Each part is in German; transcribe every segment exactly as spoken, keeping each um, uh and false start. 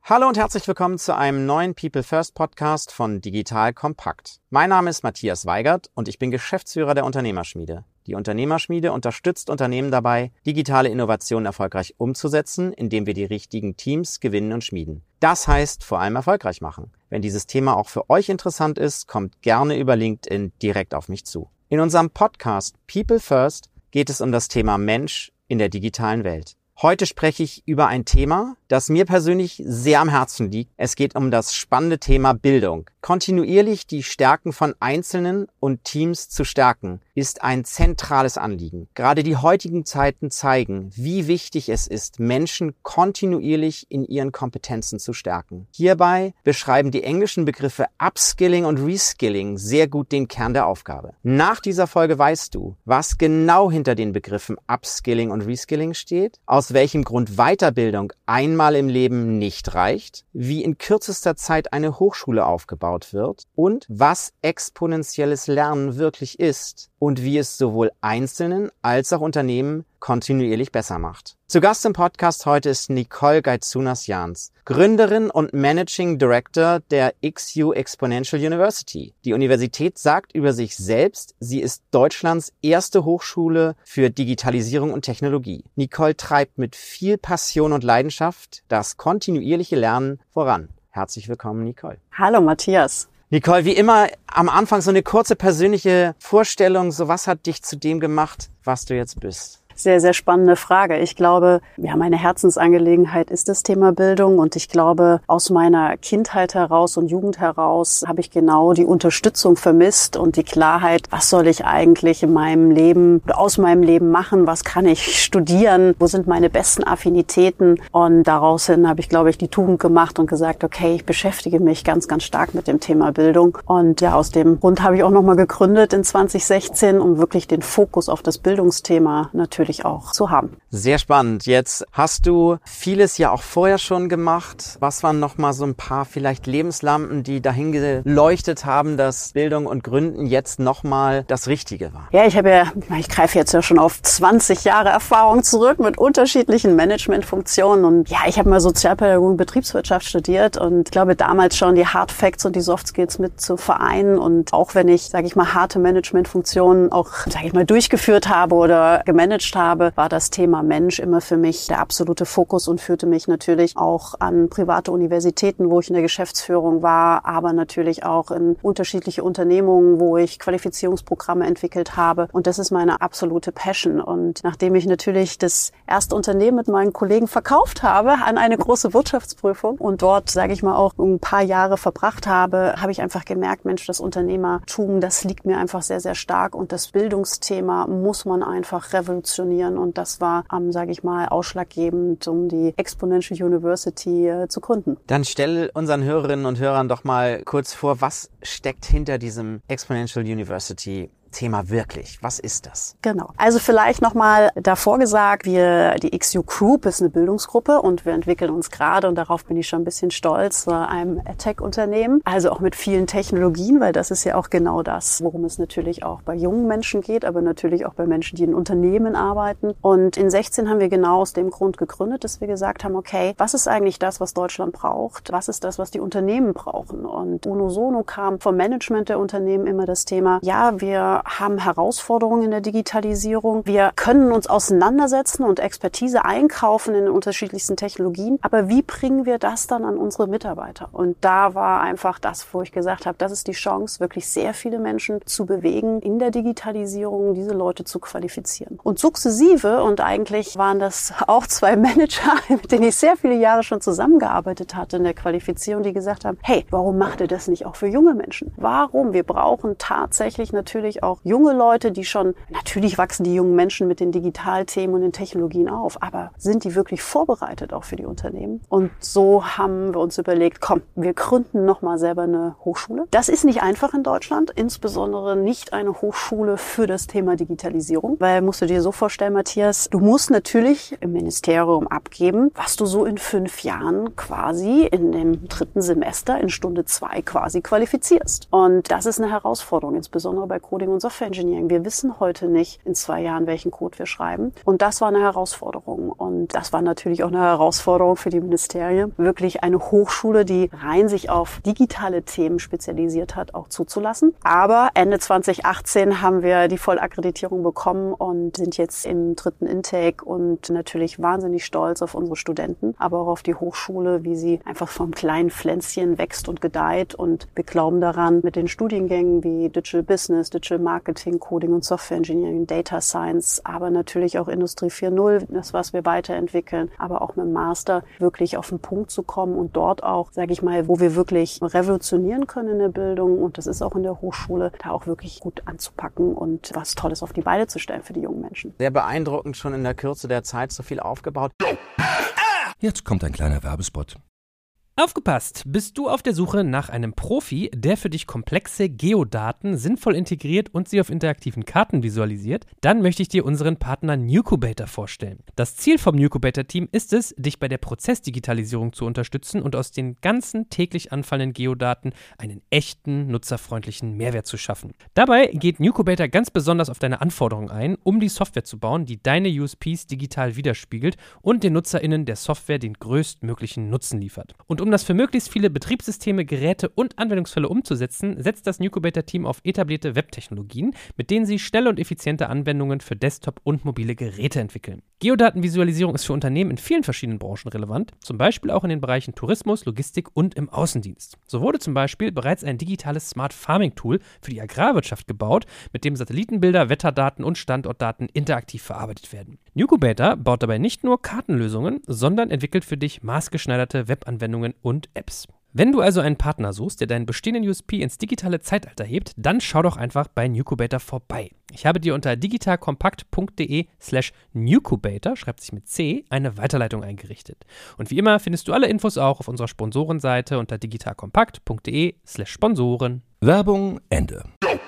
Hallo und herzlich willkommen zu einem neuen People First Podcast von Digital Kompakt. Mein Name ist Matthias Weigert und ich bin Geschäftsführer der Unternehmerschmiede. Die Unternehmerschmiede unterstützt Unternehmen dabei, digitale Innovationen erfolgreich umzusetzen, indem wir die richtigen Teams gewinnen und schmieden. Das heißt, vor allem erfolgreich machen. Wenn dieses Thema auch für euch interessant ist, kommt gerne über LinkedIn direkt auf mich zu. In unserem Podcast People First geht es um das Thema Mensch in der digitalen Welt. Heute spreche ich über ein Thema, das mir persönlich sehr am Herzen liegt. Es geht um das spannende Thema Bildung. Kontinuierlich die Stärken von Einzelnen und Teams zu stärken, ist ein zentrales Anliegen. Gerade die heutigen Zeiten zeigen, wie wichtig es ist, Menschen kontinuierlich in ihren Kompetenzen zu stärken. Hierbei beschreiben die englischen Begriffe Upskilling und Reskilling sehr gut den Kern der Aufgabe. Nach dieser Folge weißt du, was genau hinter den Begriffen Upskilling und Reskilling steht, aus welchem Grund Weiterbildung einmal im Leben nicht reicht, wie in kürzester Zeit eine Hochschule aufgebaut wird und was exponentielles Lernen wirklich ist und wie es sowohl Einzelnen als auch Unternehmen kontinuierlich besser macht. Zu Gast im Podcast heute ist Nicole Gaitzunas-Jans, Gründerin und Managing Director der X U Exponential University. Die Universität sagt über sich selbst, sie ist Deutschlands erste Hochschule für Digitalisierung und Technologie. Nicole treibt mit viel Passion und Leidenschaft das kontinuierliche Lernen voran. Herzlich willkommen, Nicole. Hallo, Matthias. Nicole, wie immer am Anfang so eine kurze persönliche Vorstellung. So, was hat dich zu dem gemacht, was du jetzt bist? Sehr, sehr spannende Frage. Ich glaube, ja, meine Herzensangelegenheit ist das Thema Bildung und ich glaube, aus meiner Kindheit heraus und Jugend heraus habe ich genau die Unterstützung vermisst und die Klarheit, was soll ich eigentlich in meinem Leben, aus meinem Leben machen, was kann ich studieren, wo sind meine besten Affinitäten, und daraus hin habe ich, glaube ich, die Tugend gemacht und gesagt, okay, ich beschäftige mich ganz, ganz stark mit dem Thema Bildung, und ja, aus dem Grund habe ich auch nochmal gegründet in zwanzig sechzehn, um wirklich den Fokus auf das Bildungsthema natürlich auch zu haben. Sehr spannend. Jetzt hast du vieles ja auch vorher schon gemacht. Was waren noch mal so ein paar vielleicht Lebenslampen, die dahin geleuchtet haben, dass Bildung und Gründen jetzt noch mal das Richtige war? Ja, ich habe ja, ich greife jetzt ja schon auf zwanzig Jahre Erfahrung zurück mit unterschiedlichen Managementfunktionen, und ja, ich habe mal Sozialpädagogik und Betriebswirtschaft studiert und ich glaube damals schon die Hard Facts und die Soft Skills mit zu vereinen, und auch wenn ich, sage ich mal, harte Managementfunktionen auch, sage ich mal, durchgeführt habe oder gemanagt habe, war das Thema Mensch immer für mich der absolute Fokus und führte mich natürlich auch an private Universitäten, wo ich in der Geschäftsführung war, aber natürlich auch in unterschiedliche Unternehmungen, wo ich Qualifizierungsprogramme entwickelt habe, und das ist meine absolute Passion. Und nachdem ich natürlich das erste Unternehmen mit meinen Kollegen verkauft habe an eine große Wirtschaftsprüfung und dort, sage ich mal, auch ein paar Jahre verbracht habe, habe ich einfach gemerkt, Mensch, das Unternehmertum, das liegt mir einfach sehr, sehr stark, und das Bildungsthema muss man einfach revolutionieren. Und das war, ähm, sage ich mal, ausschlaggebend, um die Exponential University äh, zu gründen. Dann stell unseren Hörerinnen und Hörern doch mal kurz vor, was steckt hinter diesem Exponential University Thema wirklich? Was ist das? Genau. Also vielleicht nochmal davor gesagt, wir, die X U Group ist eine Bildungsgruppe und wir entwickeln uns gerade, und darauf bin ich schon ein bisschen stolz, zu einem EdTech-Unternehmen. Also auch mit vielen Technologien, weil das ist ja auch genau das, worum es natürlich auch bei jungen Menschen geht, aber natürlich auch bei Menschen, die in Unternehmen arbeiten. Und in sechzehn haben wir genau aus dem Grund gegründet, dass wir gesagt haben, okay, was ist eigentlich das, was Deutschland braucht? Was ist das, was die Unternehmen brauchen? Und unisono kam vom Management der Unternehmen immer das Thema, ja, wir haben Herausforderungen in der Digitalisierung. Wir können uns auseinandersetzen und Expertise einkaufen in den unterschiedlichsten Technologien. Aber wie bringen wir das dann an unsere Mitarbeiter? Und da war einfach das, wo ich gesagt habe, das ist die Chance, wirklich sehr viele Menschen zu bewegen, in der Digitalisierung diese Leute zu qualifizieren. Und sukzessive, und eigentlich waren das auch zwei Manager, mit denen ich sehr viele Jahre schon zusammengearbeitet hatte in der Qualifizierung, die gesagt haben, hey, warum macht ihr das nicht auch für junge Menschen? Warum? Wir brauchen tatsächlich natürlich auch junge Leute, die schon, natürlich wachsen die jungen Menschen mit den Digitalthemen und den Technologien auf, aber sind die wirklich vorbereitet auch für die Unternehmen? Und so haben wir uns überlegt, komm, wir gründen nochmal selber eine Hochschule. Das ist nicht einfach in Deutschland, insbesondere nicht eine Hochschule für das Thema Digitalisierung, weil, musst du dir so vorstellen, Matthias, du musst natürlich im Ministerium abgeben, was du so in fünf Jahren quasi in dem dritten Semester in Stunde zwei quasi qualifizierst. Und das ist eine Herausforderung, insbesondere bei Coding und Software Engineering. Wir wissen heute nicht in zwei Jahren, welchen Code wir schreiben. Und das war eine Herausforderung. Und das war natürlich auch eine Herausforderung für die Ministerien, wirklich eine Hochschule, die rein sich auf digitale Themen spezialisiert hat, auch zuzulassen. Aber Ende zwanzig achtzehn haben wir die Vollakkreditierung bekommen und sind jetzt im dritten Intake und natürlich wahnsinnig stolz auf unsere Studenten, aber auch auf die Hochschule, wie sie einfach vom kleinen Pflänzchen wächst und gedeiht. Und wir glauben daran, mit den Studiengängen wie Digital Business, Digital Marketing, Coding und Software Engineering, Data Science, aber natürlich auch Industrie vier Punkt null, das, was wir weiterentwickeln, aber auch mit dem Master wirklich auf den Punkt zu kommen und dort auch, sage ich mal, wo wir wirklich revolutionieren können in der Bildung, und das ist auch in der Hochschule, da auch wirklich gut anzupacken und was Tolles auf die Beine zu stellen für die jungen Menschen. Sehr beeindruckend, schon in der Kürze der Zeit so viel aufgebaut. Jetzt kommt ein kleiner Werbespot. Aufgepasst! Bist du auf der Suche nach einem Profi, der für dich komplexe Geodaten sinnvoll integriert und sie auf interaktiven Karten visualisiert? Dann möchte ich dir unseren Partner Nucubator vorstellen. Das Ziel vom Nucubator-Team ist es, dich bei der Prozessdigitalisierung zu unterstützen und aus den ganzen täglich anfallenden Geodaten einen echten, nutzerfreundlichen Mehrwert zu schaffen. Dabei geht Nucubator ganz besonders auf deine Anforderungen ein, um die Software zu bauen, die deine U S Ps digital widerspiegelt und den NutzerInnen der Software den größtmöglichen Nutzen liefert. Und um das für möglichst viele Betriebssysteme, Geräte und Anwendungsfälle umzusetzen, setzt das Nucubator-Team auf etablierte Webtechnologien, mit denen sie schnelle und effiziente Anwendungen für Desktop- und mobile Geräte entwickeln. Geodatenvisualisierung ist für Unternehmen in vielen verschiedenen Branchen relevant, zum Beispiel auch in den Bereichen Tourismus, Logistik und im Außendienst. So wurde zum Beispiel bereits ein digitales Smart Farming Tool für die Agrarwirtschaft gebaut, mit dem Satellitenbilder, Wetterdaten und Standortdaten interaktiv verarbeitet werden. Nucubator baut dabei nicht nur Kartenlösungen, sondern entwickelt für dich maßgeschneiderte Webanwendungen und Apps. Wenn du also einen Partner suchst, der deinen bestehenden U S P ins digitale Zeitalter hebt, dann schau doch einfach bei Nucubator vorbei. Ich habe dir unter digitalkompakt.de slash Nucubator, schreibt sich mit C, eine Weiterleitung eingerichtet. Und wie immer findest du alle Infos auch auf unserer Sponsorenseite unter digitalkompakt.de slash Sponsoren. Werbung Ende.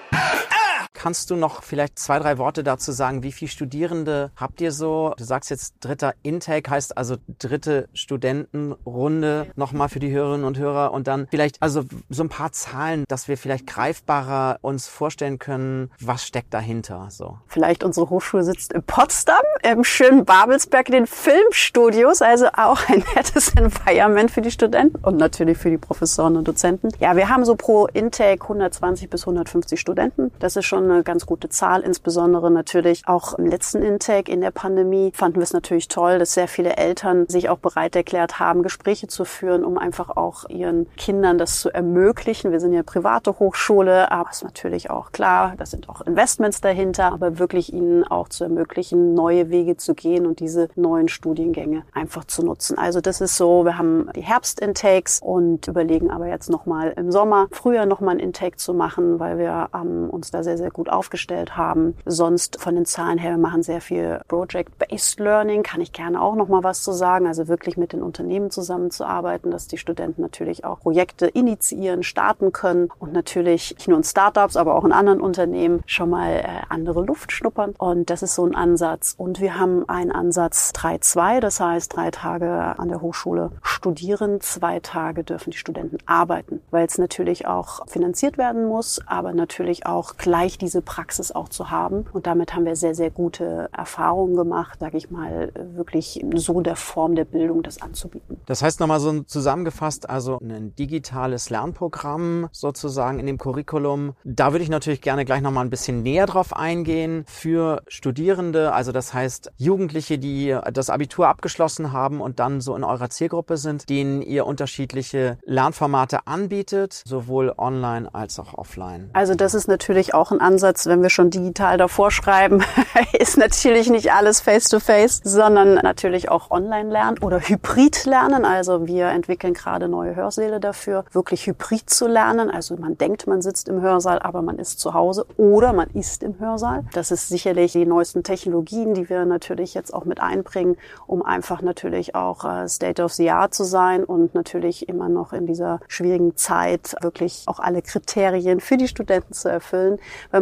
Kannst du noch vielleicht zwei, drei Worte dazu sagen, wie viele Studierende habt ihr so? Du sagst jetzt dritter Intake, heißt also dritte Studentenrunde nochmal für die Hörerinnen und Hörer, und dann vielleicht also so ein paar Zahlen, dass wir vielleicht greifbarer uns vorstellen können, was steckt dahinter so. Vielleicht unsere Hochschule sitzt in Potsdam, im schönen Babelsberg, in den Filmstudios, also auch ein nettes Environment für die Studenten und natürlich für die Professoren und Dozenten. Ja, wir haben so pro Intake hundertzwanzig bis hundertfünfzig Studenten. Das ist schon eine ganz gute Zahl, insbesondere natürlich auch im letzten Intake in der Pandemie fanden wir es natürlich toll, dass sehr viele Eltern sich auch bereit erklärt haben, Gespräche zu führen, um einfach auch ihren Kindern das zu ermöglichen. Wir sind ja eine private Hochschule, aber es ist natürlich auch klar, da sind auch Investments dahinter, aber wirklich ihnen auch zu ermöglichen, neue Wege zu gehen und diese neuen Studiengänge einfach zu nutzen. Also das ist so, wir haben die Herbstintakes und überlegen aber jetzt nochmal im Sommer, früher nochmal ein Intake zu machen, weil wir ähm, uns da sehr, sehr gut aufgestellt haben. Sonst von den Zahlen her, wir machen sehr viel Project-Based Learning, kann ich gerne auch noch mal was zu sagen, also wirklich mit den Unternehmen zusammenzuarbeiten, dass die Studenten natürlich auch Projekte initiieren, starten können und natürlich nicht nur in Startups, aber auch in anderen Unternehmen schon mal äh, andere Luft schnuppern, und das ist so ein Ansatz. Und wir haben einen Ansatz drei zwei, das heißt drei Tage an der Hochschule studieren, zwei Tage dürfen die Studenten arbeiten, weil es natürlich auch finanziert werden muss, aber natürlich auch gleich diese Praxis auch zu haben. Und damit haben wir sehr, sehr gute Erfahrungen gemacht, sage ich mal, wirklich so der Form der Bildung das anzubieten. Das heißt nochmal so zusammengefasst, also ein digitales Lernprogramm sozusagen in dem Curriculum. Da würde ich natürlich gerne gleich nochmal ein bisschen näher drauf eingehen für Studierende, also das heißt Jugendliche, die das Abitur abgeschlossen haben und dann so in eurer Zielgruppe sind, denen ihr unterschiedliche Lernformate anbietet, sowohl online als auch offline. Also das ist natürlich auch ein Ansatz, wenn wir schon digital davor schreiben, ist natürlich nicht alles face-to-face, sondern natürlich auch online lernen oder hybrid lernen. Also wir entwickeln gerade neue Hörsäle dafür, wirklich hybrid zu lernen. Also man denkt, man sitzt im Hörsaal, aber man ist zu Hause oder man ist im Hörsaal. Das ist sicherlich die neuesten Technologien, die wir natürlich jetzt auch mit einbringen, um einfach natürlich auch äh, State of the Art zu sein und natürlich immer noch in dieser schwierigen Zeit wirklich auch alle Kriterien für die Studenten zu erfüllen. Weil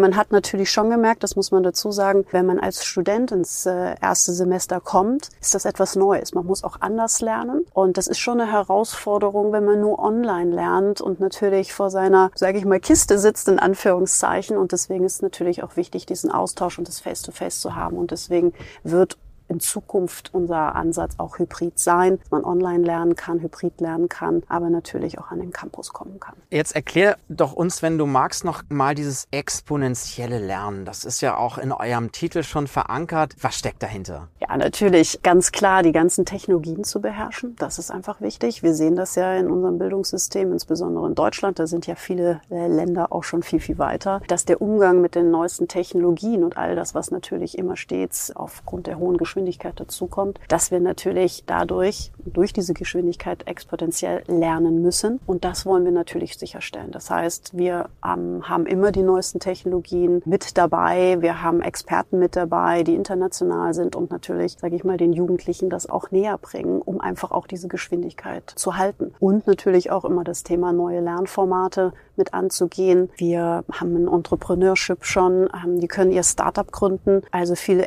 man hat natürlich schon gemerkt, das muss man dazu sagen, wenn man als Student ins äh, erste Semester kommt, ist das etwas Neues. Man muss auch anders lernen und das ist schon eine Herausforderung, wenn man nur online lernt und natürlich vor seiner, sage ich mal, Kiste sitzt, in Anführungszeichen. Und deswegen ist es natürlich auch wichtig, diesen Austausch und das Face-to-Face zu haben. Und deswegen wird in Zukunft unser Ansatz auch hybrid sein, dass man online lernen kann, hybrid lernen kann, aber natürlich auch an den Campus kommen kann. Jetzt erklär doch uns, wenn du magst, noch mal dieses exponentielle Lernen. Das ist ja auch in eurem Titel schon verankert. Was steckt dahinter? Ja, natürlich ganz klar, die ganzen Technologien zu beherrschen. Das ist einfach wichtig. Wir sehen das ja in unserem Bildungssystem, insbesondere in Deutschland. Da sind ja viele Länder auch schon viel, viel weiter. Dass der Umgang mit den neuesten Technologien und all das, was natürlich immer stets aufgrund der hohen Geschwindigkeit dazukommt, dass wir natürlich dadurch, durch diese Geschwindigkeit exponentiell lernen müssen. Und das wollen wir natürlich sicherstellen. Das heißt, wir ähm, haben immer die neuesten Technologien mit dabei. Wir haben Experten mit dabei, die international sind und natürlich, sage ich mal, den Jugendlichen das auch näher bringen, um einfach auch diese Geschwindigkeit zu halten. Und natürlich auch immer das Thema neue Lernformate mit anzugehen. Wir haben ein Entrepreneurship schon, ähm, die können ihr Startup gründen. Also viele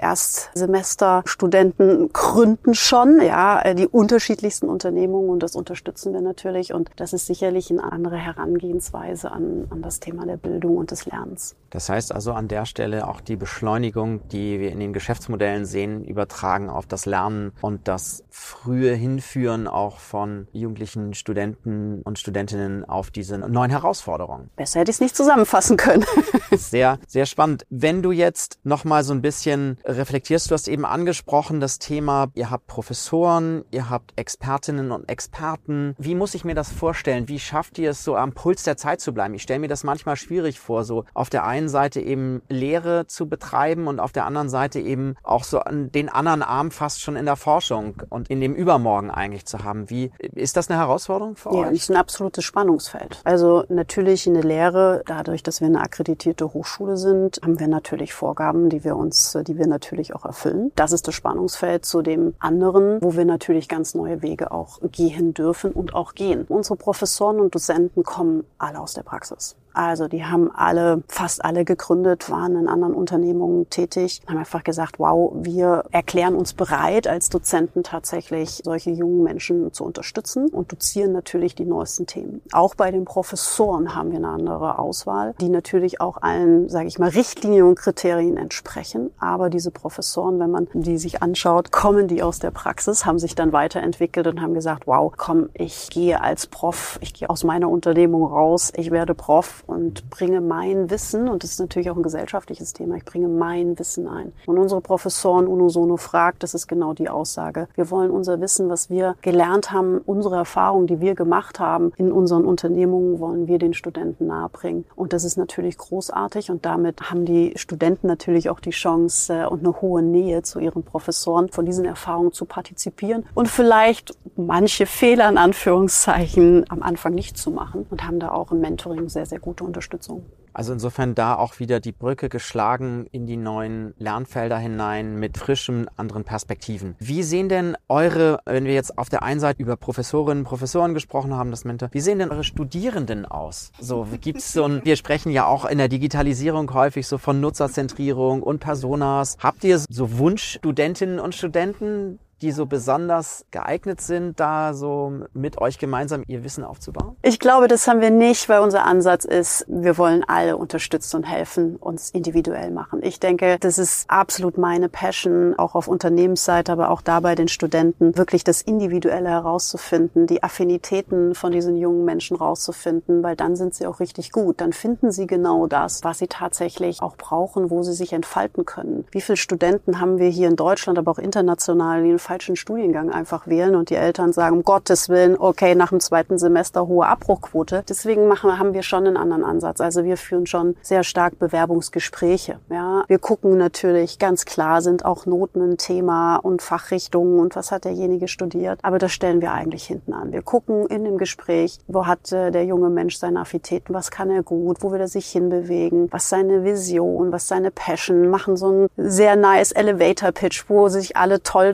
Erstsemester-Studenten gründen schon, ja, die unterschiedlichsten Unternehmungen und das unterstützen wir natürlich. Und das ist sicherlich eine andere Herangehensweise an, an das Thema der Bildung und des Lernens. Das heißt also an der Stelle auch die Beschleunigung, die wir in den Geschäftsmodellen sehen, übertragen auf das Lernen und das frühe Hinführen auch von jugendlichen Studenten und Studentinnen auf diese neuen Herausforderungen. Besser hätte ich es nicht zusammenfassen können. Sehr, sehr spannend. Wenn du jetzt noch mal so ein bisschen reflektierst, du hast eben angesprochen das Thema, ihr habt Professoren, ihr habt Expertinnen und Experten. Wie muss ich mir das vorstellen? Wie schafft ihr es so am Puls der Zeit zu bleiben? Ich stelle mir das manchmal schwierig vor, so auf der einen Seite eben Lehre zu betreiben und auf der anderen Seite eben auch so an den anderen Arm fast schon in der Forschung und in dem Übermorgen eigentlich zu haben. Wie ist das eine Herausforderung für euch? Ja, das ist ein absolutes Spannungsfeld. Also natürlich in der Lehre, dadurch, dass wir eine akkreditierte Hochschule sind, haben wir natürlich Vorgaben, die wir uns, die wir natürlich auch erfüllen. Das ist das Spannungsfeld zu dem anderen, wo wir natürlich ganz neue Wege auch gehen dürfen und auch gehen. Unsere Professoren und Dozenten kommen alle aus der Praxis. Also die haben alle, fast alle gegründet, waren in anderen Unternehmungen tätig, haben einfach gesagt, wow, wir erklären uns bereit, als Dozenten tatsächlich solche jungen Menschen zu unterstützen und dozieren natürlich die neuesten Themen. Auch bei den Professoren haben wir eine andere Auswahl, die natürlich auch allen, sage ich mal, Richtlinien und Kriterien entsprechen. Aber diese Professoren, wenn man die sich anschaut, kommen die aus der Praxis, haben sich dann weiterentwickelt und haben gesagt, wow, komm, ich gehe als Prof, ich gehe aus meiner Unternehmung raus, ich werde Prof und bringe mein Wissen, und das ist natürlich auch ein gesellschaftliches Thema, ich bringe mein Wissen ein. Und unsere Professoren unisono fragt, das ist genau die Aussage. Wir wollen unser Wissen, was wir gelernt haben, unsere Erfahrungen, die wir gemacht haben in unseren Unternehmungen, wollen wir den Studenten nahebringen. Und das ist natürlich großartig und damit haben die Studenten natürlich auch die Chance und eine hohe Nähe zu ihren Professoren, von diesen Erfahrungen zu partizipieren und vielleicht manche Fehler in Anführungszeichen am Anfang nicht zu machen und haben da auch im Mentoring sehr, sehr gute Unterstützung. Also insofern da auch wieder die Brücke geschlagen in die neuen Lernfelder hinein mit frischen, anderen Perspektiven. Wie sehen denn eure, wenn wir jetzt auf der einen Seite über Professorinnen und Professoren gesprochen haben, das Mentor, wie sehen denn eure Studierenden aus? So, gibt's so ein, wir sprechen ja auch in der Digitalisierung häufig so von Nutzerzentrierung und Personas. Habt ihr so Wunschstudentinnen und Studenten, die so besonders geeignet sind, da so mit euch gemeinsam ihr Wissen aufzubauen? Ich glaube, das haben wir nicht, weil unser Ansatz ist, wir wollen alle unterstützen und helfen, uns individuell machen. Ich denke, das ist absolut meine Passion, auch auf Unternehmensseite, aber auch da bei den Studenten, wirklich das Individuelle herauszufinden, die Affinitäten von diesen jungen Menschen rauszufinden, weil dann sind sie auch richtig gut. Dann finden sie genau das, was sie tatsächlich auch brauchen, wo sie sich entfalten können. Wie viele Studenten haben wir hier in Deutschland, aber auch international, die falschen Studiengang einfach wählen und die Eltern sagen, um Gottes Willen, okay, nach dem zweiten Semester hohe Abbruchquote. Deswegen machen, haben wir schon einen anderen Ansatz. Also wir führen schon sehr stark Bewerbungsgespräche. Ja, wir gucken natürlich, ganz klar sind auch Noten ein Thema und Fachrichtungen und was hat derjenige studiert. Aber das stellen wir eigentlich hinten an. Wir gucken in dem Gespräch, wo hat äh, der junge Mensch seine Affinitäten, was kann er gut, wo will er sich hinbewegen, was seine Vision, was seine Passion, machen so einen sehr nice Elevator-Pitch, wo sich alle toll darauf vorbereiten.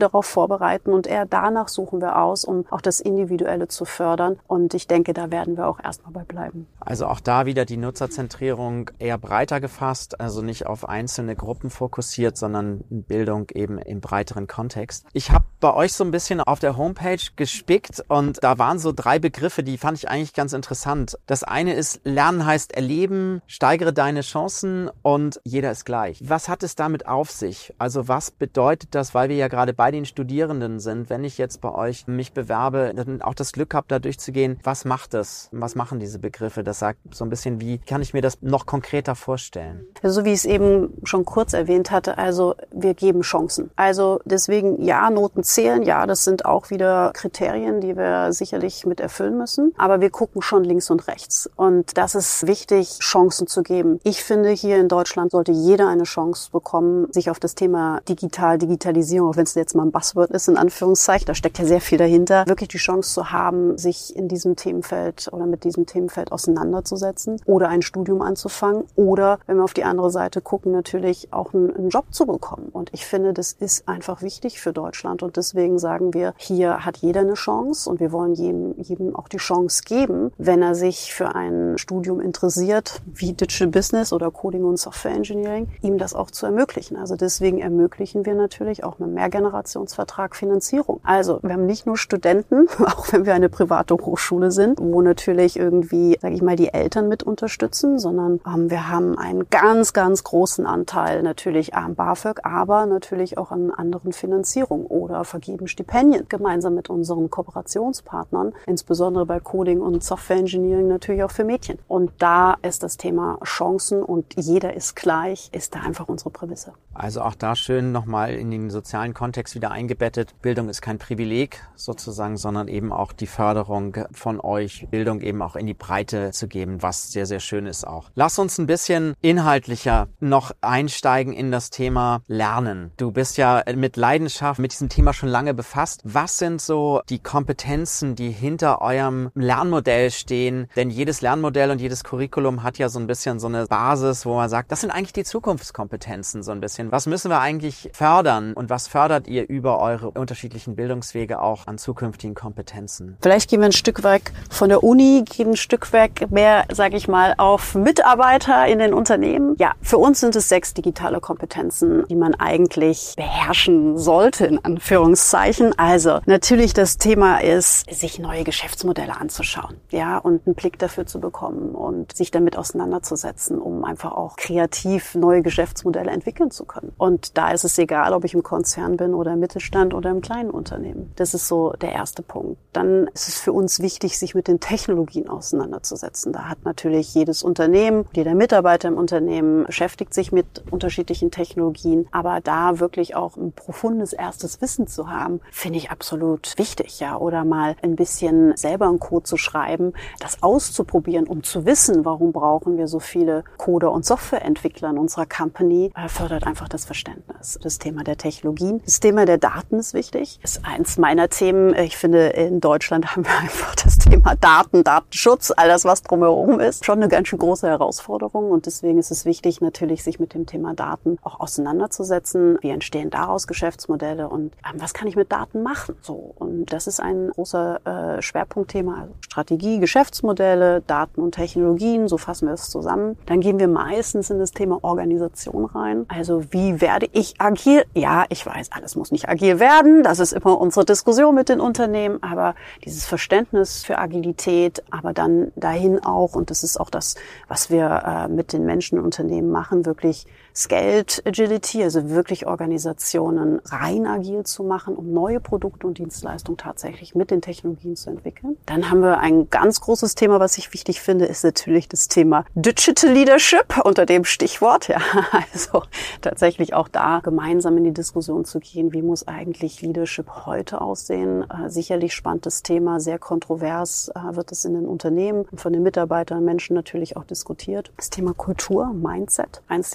vorbereiten und eher danach suchen wir aus, um auch das Individuelle zu fördern. Und ich denke, da werden wir auch erstmal bei bleiben. Also auch da wieder die Nutzerzentrierung eher breiter gefasst, also nicht auf einzelne Gruppen fokussiert, sondern Bildung eben im breiteren Kontext. Ich habe bei euch so ein bisschen auf der Homepage gespickt und da waren so drei Begriffe, die fand ich eigentlich ganz interessant. Das eine ist, Lernen heißt erleben, steigere deine Chancen und jeder ist gleich. Was hat es damit auf sich? Also was bedeutet das, weil wir ja gerade bei den Studierenden sind, wenn ich jetzt bei euch mich bewerbe, dann auch das Glück habe, da durchzugehen, was macht das? Was machen diese Begriffe? Das sagt so ein bisschen, wie kann ich mir das noch konkreter vorstellen? Also so wie ich es eben schon kurz erwähnt hatte, also wir geben Chancen. Also deswegen, ja, Noten zählen, ja, das sind auch wieder Kriterien, die wir sicherlich mit erfüllen müssen, aber wir gucken schon links und rechts und das ist wichtig, Chancen zu geben. Ich finde, hier in Deutschland sollte jeder eine Chance bekommen, sich auf das Thema digital, Digitalisierung, auch wenn es jetzt mal ein Buzzword ist, in Anführungszeichen, da steckt ja sehr viel dahinter, wirklich die Chance zu haben, sich in diesem Themenfeld oder mit diesem Themenfeld auseinanderzusetzen oder ein Studium anzufangen oder, wenn wir auf die andere Seite gucken, natürlich auch einen, einen Job zu bekommen. Und ich finde, das ist einfach wichtig für Deutschland und deswegen sagen wir, hier hat jeder eine Chance und wir wollen jedem, jedem auch die Chance geben, wenn er sich für ein Studium interessiert, wie Digital Business oder Coding und Software Engineering, ihm das auch zu ermöglichen. Also deswegen ermöglichen wir natürlich auch mit einem Mehrgenerationsvertrag Finanzierung. Also wir haben nicht nur Studenten, auch wenn wir eine private Hochschule sind, wo natürlich irgendwie, sage ich mal, die Eltern mit unterstützen, sondern ähm, wir haben einen ganz, ganz großen Anteil natürlich am BAföG, aber natürlich auch an anderen Finanzierungen oder vergeben Stipendien gemeinsam mit unseren Kooperationspartnern, insbesondere bei Coding und Software Engineering natürlich auch für Mädchen. Und da ist das Thema Chancen und jeder ist gleich, ist da einfach unsere Prämisse. Also auch da schön nochmal in den sozialen Kontext wieder eingebettet. Bildung ist kein Privileg sozusagen, sondern eben auch die Förderung von euch, Bildung eben auch in die Breite zu geben, was sehr, sehr schön ist auch. Lass uns ein bisschen inhaltlicher noch einsteigen in das Thema Lernen. Du bist ja mit Leidenschaft mit diesem Thema schon lange befasst. Was sind so die Kompetenzen, die hinter eurem Lernmodell stehen? Denn jedes Lernmodell und jedes Curriculum hat ja so ein bisschen so eine Basis, wo man sagt, das sind eigentlich die Zukunftskompetenzen so ein bisschen. Was müssen wir eigentlich fördern und was fördert ihr über eure unterschiedlichen Bildungswege auch an zukünftigen Kompetenzen? Vielleicht gehen wir ein Stück weg von der Uni, gehen ein Stück weg mehr, sage ich mal, auf Mitarbeiter in den Unternehmen. Ja, für uns sind es sechs digitale Kompetenzen, die man eigentlich beherrschen sollte, in Anführungszeichen. Also natürlich das Thema ist, sich neue Geschäftsmodelle anzuschauen, ja, und einen Blick dafür zu bekommen und sich damit auseinanderzusetzen, um einfach auch kreativ neue Geschäftsmodelle entwickeln zu können. Und da ist es egal, ob ich im Konzern bin oder im Mittelstand oder im kleinen Unternehmen. Das ist so der erste Punkt. Dann ist es für uns wichtig, sich mit den Technologien auseinanderzusetzen. Da hat natürlich jedes Unternehmen, jeder Mitarbeiter im Unternehmen beschäftigt sich mit unterschiedlichen Technologien. Aber da wirklich auch ein profundes erstes Wissen zu haben, finde ich absolut wichtig, ja. Oder mal ein bisschen selber einen Code zu schreiben, das auszuprobieren, um zu wissen, warum brauchen wir so viele Coder und Softwareentwickler in unserer Company, fördert einfach das Verständnis. Das Thema der Technologien. Das Thema der Daten ist wichtig. Ist eins meiner Themen. Ich finde, in Deutschland haben wir einfach das Thema Daten, Datenschutz, all das, was drumherum ist, schon eine ganz schön große Herausforderung. Und deswegen ist es wichtig, natürlich sich mit dem Thema Daten auch auseinanderzusetzen. Wie entstehen daraus Geschäftsmodelle und ähm, was kann ich mit Daten machen? So. Und das ist ein großer äh, Schwerpunktthema. Also Strategie, Geschäftsmodelle, Daten und Technologien, so fassen wir es zusammen. Dann gehen wir meistens in das Thema Organisation rein. Also wie werde ich agil? Ja, ich weiß, alles muss nicht agil werden. Das ist immer unsere Diskussion mit den Unternehmen. Aber dieses Verständnis für Agilität, aber dann dahin auch, und das ist auch das, was wir äh, mit den Menschen und Unternehmen machen, wirklich Scaled Agility, also wirklich Organisationen rein agil zu machen, um neue Produkte und Dienstleistungen tatsächlich mit den Technologien zu entwickeln. Dann haben wir ein ganz großes Thema, was ich wichtig finde, ist natürlich das Thema Digital Leadership unter dem Stichwort. Ja, also tatsächlich auch da gemeinsam in die Diskussion zu gehen, wie muss eigentlich Leadership heute aussehen? Äh, sicherlich spannendes Thema, sehr kontrovers äh, wird es in den Unternehmen und von den Mitarbeitern und Menschen natürlich auch diskutiert. Das Thema Kultur, Mindset, eines der schwierigsten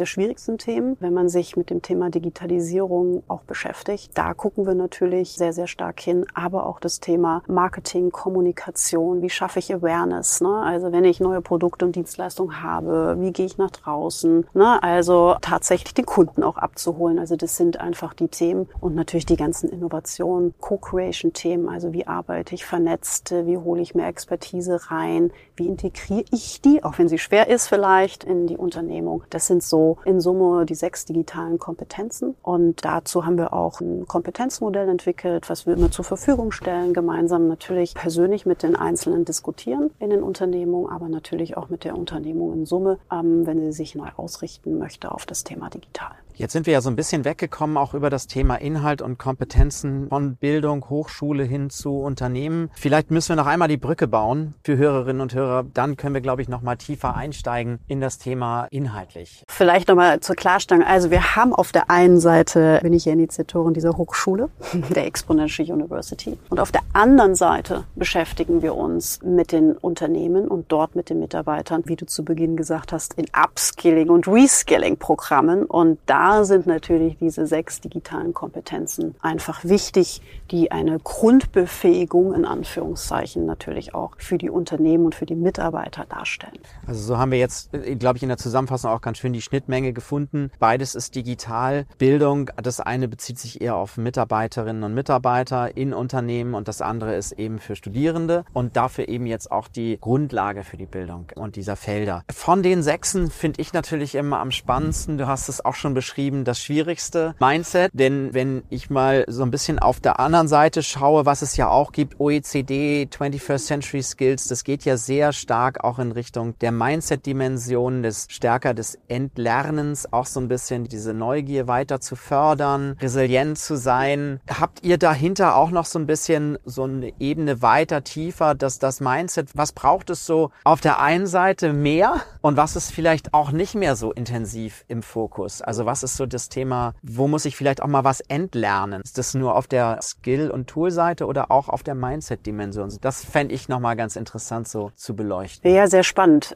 wichtigsten Themen, wenn man sich mit dem Thema Digitalisierung auch beschäftigt. Da gucken wir natürlich sehr, sehr stark hin, aber auch das Thema Marketing, Kommunikation, wie schaffe ich Awareness, ne? Also wenn ich neue Produkte und Dienstleistungen habe, wie gehe ich nach draußen, ne? Also tatsächlich den Kunden auch abzuholen. Also das sind einfach die Themen und natürlich die ganzen Innovationen, Co-Creation-Themen, also wie arbeite ich vernetzt, wie hole ich mehr Expertise rein, wie integriere ich die, auch wenn sie schwer ist vielleicht, in die Unternehmung. Das sind so in Summe die sechs digitalen Kompetenzen und dazu haben wir auch ein Kompetenzmodell entwickelt, was wir immer zur Verfügung stellen, gemeinsam natürlich persönlich mit den Einzelnen diskutieren in den Unternehmungen, aber natürlich auch mit der Unternehmung in Summe, ähm, wenn sie sich neu ausrichten möchte auf das Thema digital. Jetzt sind wir ja so ein bisschen weggekommen, auch über das Thema Inhalt und Kompetenzen von Bildung, Hochschule hin zu Unternehmen. Vielleicht müssen wir noch einmal die Brücke bauen für Hörerinnen und Hörer. Dann können wir, glaube ich, noch mal tiefer einsteigen in das Thema inhaltlich. Vielleicht noch mal zur Klarstellung. Also wir haben auf der einen Seite, bin ich ja Initiatorin dieser Hochschule, der Exponential University. Und auf der anderen Seite beschäftigen wir uns mit den Unternehmen und dort mit den Mitarbeitern, wie du zu Beginn gesagt hast, in Upskilling- und Reskilling-Programmen. Und da sind natürlich diese sechs digitalen Kompetenzen einfach wichtig, die eine Grundbefähigung in Anführungszeichen natürlich auch für die Unternehmen und für die Mitarbeiter darstellen. Also so haben wir jetzt, glaube ich, in der Zusammenfassung auch ganz schön die Schnittmenge gefunden. Beides ist digital. Bildung, das eine bezieht sich eher auf Mitarbeiterinnen und Mitarbeiter in Unternehmen und das andere ist eben für Studierende und dafür eben jetzt auch die Grundlage für die Bildung und dieser Felder. Von den sechsen finde ich natürlich immer am spannendsten, du hast es auch schon beschrieben, das schwierigste Mindset, denn wenn ich mal so ein bisschen auf der anderen Seite schaue, was es ja auch gibt, O E C D, twenty-first Century Skills, das geht ja sehr stark auch in Richtung der Mindset-Dimension, des stärker des Entlernens, auch so ein bisschen diese Neugier weiter zu fördern, resilient zu sein. Habt ihr dahinter auch noch so ein bisschen so eine Ebene weiter, tiefer, dass das Mindset, was braucht es so auf der einen Seite mehr und was ist vielleicht auch nicht mehr so intensiv im Fokus? Also was ist so das Thema, wo muss ich vielleicht auch mal was entlernen? Ist das nur auf der Skill- und Tool-Seite oder auch auf der Mindset-Dimension? Das fände ich nochmal ganz interessant so zu beleuchten. Ja, sehr spannend.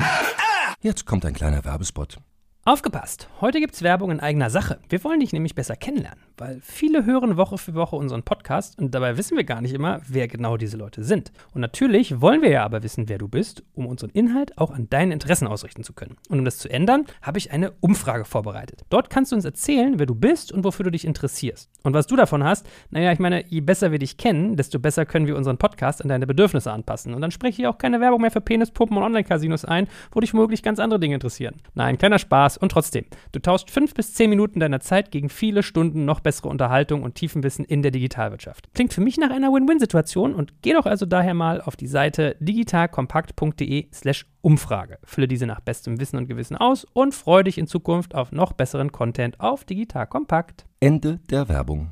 Jetzt kommt ein kleiner Werbespot. Aufgepasst! Heute gibt's Werbung in eigener Sache. Wir wollen dich nämlich besser kennenlernen, weil viele hören Woche für Woche unseren Podcast und dabei wissen wir gar nicht immer, wer genau diese Leute sind. Und natürlich wollen wir ja aber wissen, wer du bist, um unseren Inhalt auch an deinen Interessen ausrichten zu können. Und um das zu ändern, habe ich eine Umfrage vorbereitet. Dort kannst du uns erzählen, wer du bist und wofür du dich interessierst. Und was du davon hast, naja, ich meine, je besser wir dich kennen, desto besser können wir unseren Podcast an deine Bedürfnisse anpassen. Und dann spreche ich auch keine Werbung mehr für Penispuppen und Online-Casinos ein, wo dich womöglich ganz andere Dinge interessieren. Nein, kleiner Spaß. Und trotzdem, du tauschst fünf bis zehn Minuten deiner Zeit gegen viele Stunden noch bessere Unterhaltung und Tiefenwissen in der Digitalwirtschaft. Klingt für mich nach einer Win-Win-Situation und geh doch also daher mal auf die Seite digitalkompakt.de slash Umfrage. Fülle diese nach bestem Wissen und Gewissen aus und freue dich in Zukunft auf noch besseren Content auf Digital Kompakt. Ende der Werbung.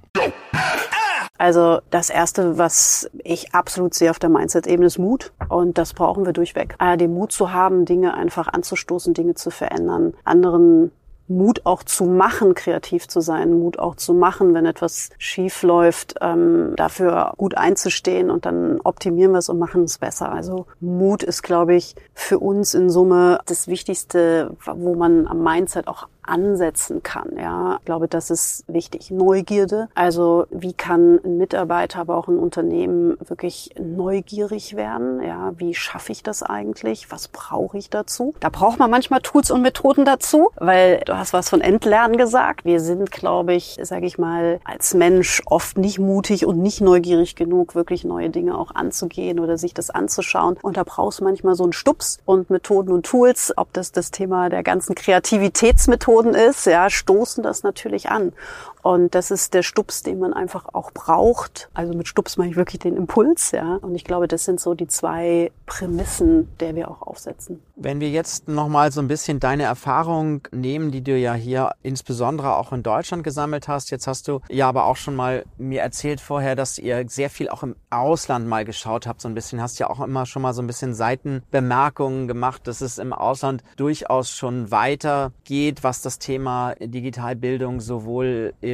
Also das Erste, was ich absolut sehe auf der Mindset-Ebene, ist Mut. Und das brauchen wir durchweg. Äh, den Mut zu haben, Dinge einfach anzustoßen, Dinge zu verändern, anderen Mut auch zu machen, kreativ zu sein, Mut auch zu machen, wenn etwas schief läuft, ähm, dafür gut einzustehen und dann optimieren wir es und machen es besser. Also Mut ist, glaube ich, für uns in Summe das Wichtigste, wo man am Mindset auch ansetzen kann. Ja, ich glaube, das ist wichtig. Neugierde. Also wie kann ein Mitarbeiter, aber auch ein Unternehmen wirklich neugierig werden? Ja, wie schaffe ich das eigentlich? Was brauche ich dazu? Da braucht man manchmal Tools und Methoden dazu, weil du hast was von Entlernen gesagt. Wir sind, glaube ich, sage ich mal, als Mensch oft nicht mutig und nicht neugierig genug, wirklich neue Dinge auch anzugehen oder sich das anzuschauen. Und da brauchst du manchmal so einen Stups und Methoden und Tools, ob das das Thema der ganzen Kreativitätsmethoden ist, ja, stoßen das natürlich an. Und das ist der Stups, den man einfach auch braucht. Also mit Stups meine ich wirklich den Impuls, ja. Und ich glaube, das sind so die zwei Prämissen, der wir auch aufsetzen. Wenn wir jetzt nochmal so ein bisschen deine Erfahrung nehmen, die du ja hier insbesondere auch in Deutschland gesammelt hast. Jetzt hast du ja aber auch schon mal mir erzählt vorher, dass ihr sehr viel auch im Ausland mal geschaut habt. So ein bisschen hast ja auch immer schon mal so ein bisschen Seitenbemerkungen gemacht, dass es im Ausland durchaus schon weiter geht, was das Thema Digitalbildung sowohl im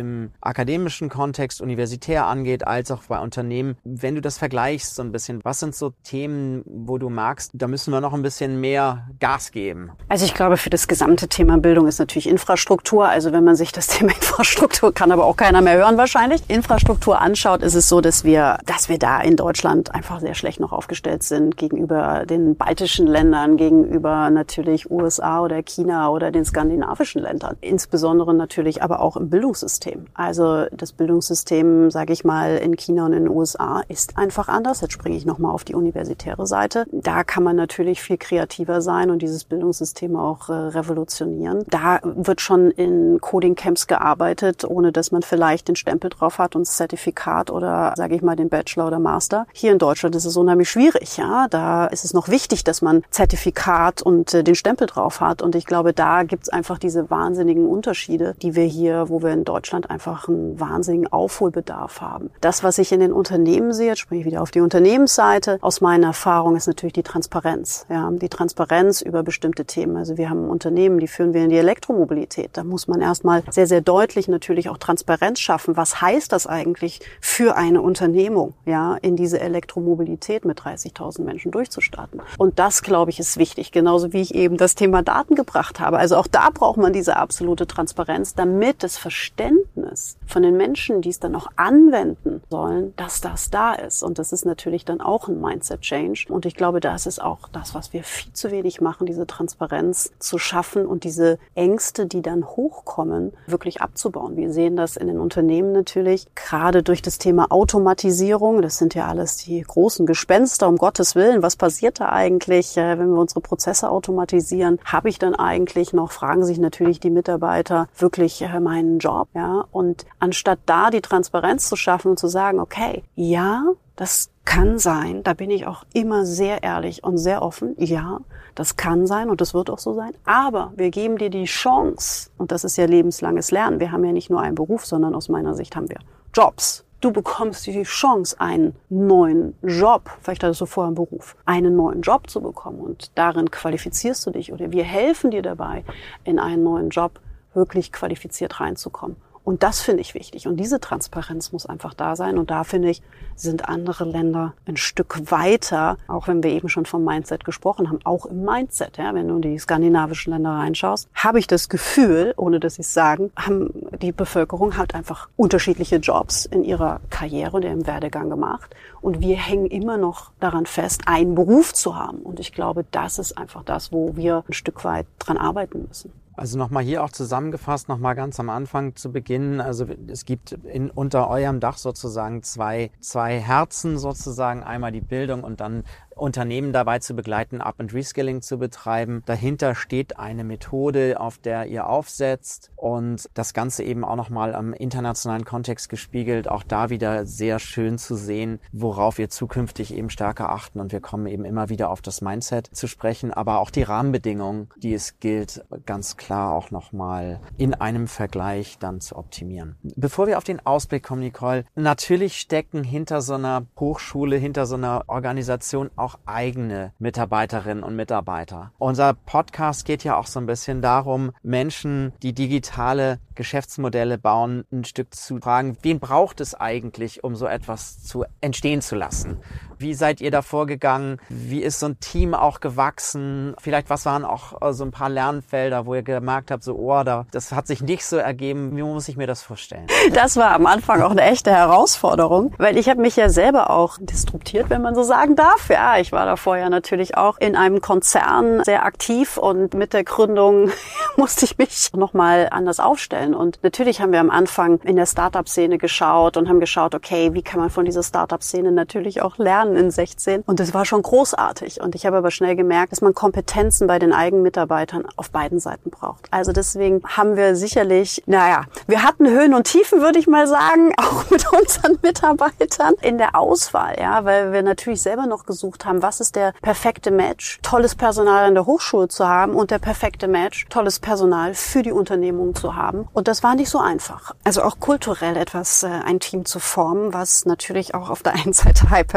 im akademischen Kontext universitär angeht, als auch bei Unternehmen. Wenn du das vergleichst so ein bisschen, was sind so Themen, wo du magst, da müssen wir noch ein bisschen mehr Gas geben? Also ich glaube, für das gesamte Thema Bildung ist natürlich Infrastruktur. Also wenn man sich das Thema Infrastruktur, kann aber auch keiner mehr hören wahrscheinlich, Infrastruktur anschaut, ist es so, dass wir, dass wir da in Deutschland einfach sehr schlecht noch aufgestellt sind gegenüber den baltischen Ländern, gegenüber natürlich U S A oder China oder den skandinavischen Ländern. Insbesondere natürlich aber auch im Bildungssystem. Also das Bildungssystem, sage ich mal, in China und in den U S A ist einfach anders. Jetzt springe ich nochmal auf die universitäre Seite. Da kann man natürlich viel kreativer sein und dieses Bildungssystem auch äh, revolutionieren. Da wird schon in Coding-Camps gearbeitet, ohne dass man vielleicht den Stempel drauf hat und das Zertifikat oder, sage ich mal, den Bachelor oder Master. Hier in Deutschland ist es unheimlich schwierig. Ja, da ist es noch wichtig, dass man Zertifikat und äh, den Stempel drauf hat. Und ich glaube, da gibt's einfach diese wahnsinnigen Unterschiede, die wir hier, wo wir in Deutschland einfach einen wahnsinnigen Aufholbedarf haben. Das, was ich in den Unternehmen sehe, jetzt springe ich wieder auf die Unternehmensseite, aus meiner Erfahrung ist natürlich die Transparenz. Ja, die Transparenz über bestimmte Themen. Also wir haben Unternehmen, die führen wir in die Elektromobilität. Da muss man erstmal sehr, sehr deutlich natürlich auch Transparenz schaffen. Was heißt das eigentlich für eine Unternehmung, ja, in diese Elektromobilität mit dreißigtausend Menschen durchzustarten? Und das, glaube ich, ist wichtig. Genauso wie ich eben das Thema Daten gebracht habe. Also auch da braucht man diese absolute Transparenz, damit das Verständnis von den Menschen, die es dann auch anwenden sollen, dass das da ist. Und das ist natürlich dann auch ein Mindset-Change. Und ich glaube, das ist auch das, was wir viel zu wenig machen, diese Transparenz zu schaffen und diese Ängste, die dann hochkommen, wirklich abzubauen. Wir sehen das in den Unternehmen natürlich, gerade durch das Thema Automatisierung. Das sind ja alles die großen Gespenster, um Gottes Willen. Was passiert da eigentlich, wenn wir unsere Prozesse automatisieren? Habe ich dann eigentlich noch, fragen sich natürlich die Mitarbeiter, wirklich meinen Job? Ja, und anstatt da die Transparenz zu schaffen und zu sagen, okay, ja, das kann sein, da bin ich auch immer sehr ehrlich und sehr offen, ja, das kann sein und das wird auch so sein, aber wir geben dir die Chance, und das ist ja lebenslanges Lernen, wir haben ja nicht nur einen Beruf, sondern aus meiner Sicht haben wir Jobs. Du bekommst die Chance, einen neuen Job, vielleicht hattest du vorher einen Beruf, einen neuen Job zu bekommen und darin qualifizierst du dich oder wir helfen dir dabei, in einen neuen Job wirklich qualifiziert reinzukommen. Und das finde ich wichtig. Und diese Transparenz muss einfach da sein. Und da, finde ich, sind andere Länder ein Stück weiter, auch wenn wir eben schon vom Mindset gesprochen haben, auch im Mindset. Ja, wenn du in die skandinavischen Länder reinschaust, habe ich das Gefühl, ohne dass sie es sagen, haben die Bevölkerung hat einfach unterschiedliche Jobs in ihrer Karriere oder im Werdegang gemacht. Und wir hängen immer noch daran fest, einen Beruf zu haben. Und ich glaube, das ist einfach das, wo wir ein Stück weit dran arbeiten müssen. Also nochmal hier auch zusammengefasst, nochmal ganz am Anfang zu Beginn. Also es gibt in, unter eurem Dach sozusagen zwei, zwei Herzen sozusagen. Einmal die Bildung und dann Unternehmen dabei zu begleiten, Up- and Reskilling zu betreiben. Dahinter steht eine Methode, auf der ihr aufsetzt und das Ganze eben auch nochmal am internationalen Kontext gespiegelt. Auch da wieder sehr schön zu sehen, worauf wir zukünftig eben stärker achten und wir kommen eben immer wieder auf das Mindset zu sprechen, aber auch die Rahmenbedingungen, die es gilt, ganz klar auch nochmal in einem Vergleich dann zu optimieren. Bevor wir auf den Ausblick kommen, Nicole, natürlich stecken hinter so einer Hochschule, hinter so einer Organisation auch eigene Mitarbeiterinnen und Mitarbeiter. Unser Podcast geht ja auch so ein bisschen darum, Menschen, die digitale Geschäftsmodelle bauen, ein Stück zu fragen, wen braucht es eigentlich, um so etwas zu entstehen zu lassen? Wie seid ihr da vorgegangen? Wie ist so ein Team auch gewachsen? Vielleicht, was waren auch so ein paar Lernfelder, wo ihr gemerkt habt, so, oh, da, das hat sich nicht so ergeben. Wie muss ich mir das vorstellen? Das war am Anfang auch eine echte Herausforderung, weil ich habe mich ja selber auch disruptiert, wenn man so sagen darf. Ja, ich war da vorher natürlich auch in einem Konzern sehr aktiv und mit der Gründung musste ich mich nochmal anders aufstellen. Und natürlich haben wir am Anfang in der Startup-Szene geschaut und haben geschaut, okay, wie kann man von dieser Startup-Szene natürlich auch lernen in sechzehn. Und das war schon großartig. Und ich habe aber schnell gemerkt, dass man Kompetenzen bei den eigenen Mitarbeitern auf beiden Seiten braucht. Also deswegen haben wir sicherlich, naja, wir hatten Höhen und Tiefen, würde ich mal sagen, auch mit unseren Mitarbeitern in der Auswahl, ja, weil wir natürlich selber noch gesucht haben, was ist der perfekte Match, tolles Personal an der Hochschule zu haben und der perfekte Match, tolles Personal für die Unternehmung zu haben. Und das war nicht so einfach. Also auch kulturell etwas, äh, ein Team zu formen, was natürlich auch auf der einen Seite high performt und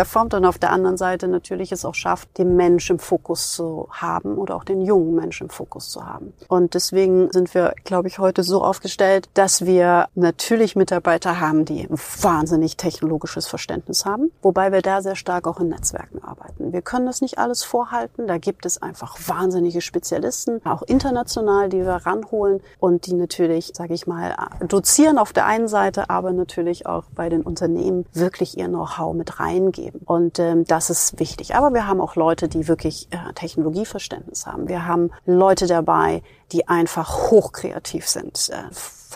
man auf der anderen Seite natürlich es auch schafft, den Mensch im Fokus zu haben oder auch den jungen Mensch im Fokus zu haben. Und deswegen sind wir, glaube ich, heute so aufgestellt, dass wir natürlich Mitarbeiter haben, die ein wahnsinnig technologisches Verständnis haben, wobei wir da sehr stark auch in Netzwerken arbeiten. Wir können das nicht alles vorhalten, da gibt es einfach wahnsinnige Spezialisten, auch international, die wir ranholen und die natürlich, sage ich mal, dozieren auf der einen Seite, aber natürlich auch bei den Unternehmen wirklich ihr Know-how mit reingeben. Und ähm, das ist wichtig. Aber wir haben auch Leute, die wirklich äh, Technologieverständnis haben. Wir haben Leute dabei, die einfach hochkreativ sind. Äh,